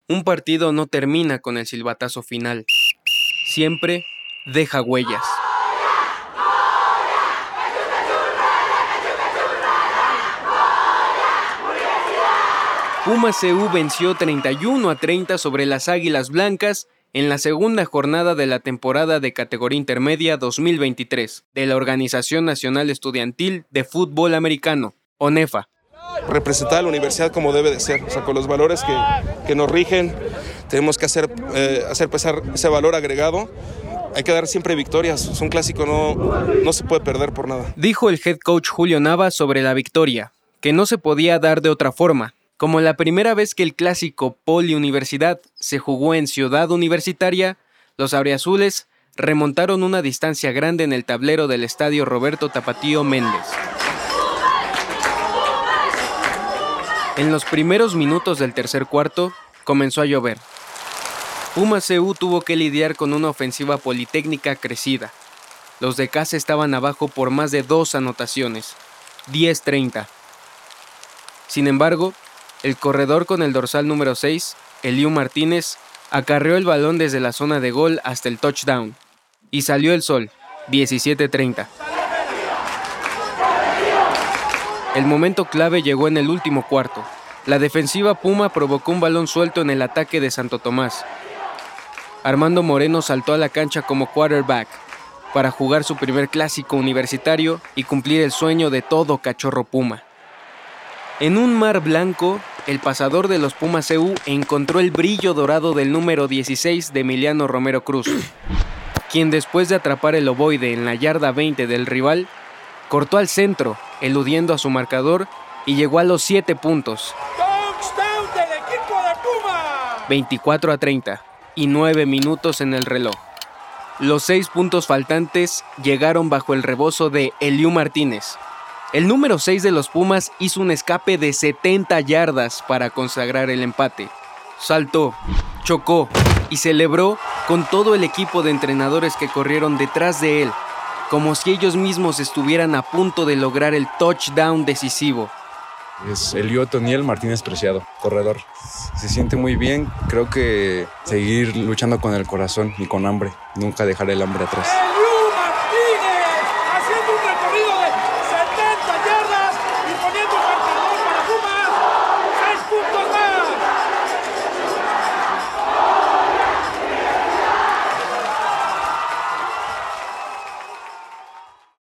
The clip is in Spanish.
Un partido no termina con el silbatazo final. Siempre deja huellas. Pumas CU venció 31-30 sobre las Águilas Blancas en la segunda jornada de la temporada de categoría intermedia 2023 de la Organización Nacional Estudiantil de Fútbol Americano, ONEFA. Representar a la universidad como debe de ser, o sea, con los valores que nos rigen, tenemos que hacer pesar ese valor agregado. Hay que dar siempre victorias, es un clásico, no se puede perder por nada. Dijo el head coach Julio Nava sobre la victoria, que no se podía dar de otra forma, como la primera vez que el clásico Poli-Universidad se jugó en Ciudad Universitaria, los auriazules remontaron una distancia grande en el tablero del estadio Roberto Tapatío Méndez. En los primeros minutos del tercer cuarto, comenzó a llover. Pumas CU tuvo que lidiar con una ofensiva politécnica crecida. Los de casa estaban abajo por más de 2 anotaciones, 10-30. Sin embargo, el corredor con el dorsal número 6, Eliu Martínez, acarreó el balón desde la zona de gol hasta el touchdown. Y salió el sol, 17-30. El momento clave llegó en el último cuarto. La defensiva Puma provocó un balón suelto en el ataque de Santo Tomás. Armando Moreno saltó a la cancha como quarterback para jugar su primer clásico universitario y cumplir el sueño de todo cachorro Puma. En un mar blanco, el pasador de los Pumas CU encontró el brillo dorado del número 16 de Emiliano Romero Cruz, quien después de atrapar el ovoide en la yarda 20 del rival, cortó al centro, eludiendo a su marcador y llegó a los 7 puntos. ¡Touchdown del equipo de Puma! 24-30 y 9 minutos en el reloj. Los 6 puntos faltantes llegaron bajo el rebozo de Eliu Martínez. El número 6 de los Pumas hizo un escape de 70 yardas para consagrar el empate. Saltó, chocó y celebró con todo el equipo de entrenadores que corrieron detrás de él, como si ellos mismos estuvieran a punto de lograr el touchdown decisivo. Es Eliu Otoniel Martínez Preciado, corredor. Se siente muy bien, creo que seguir luchando con el corazón y con hambre, nunca dejar el hambre atrás.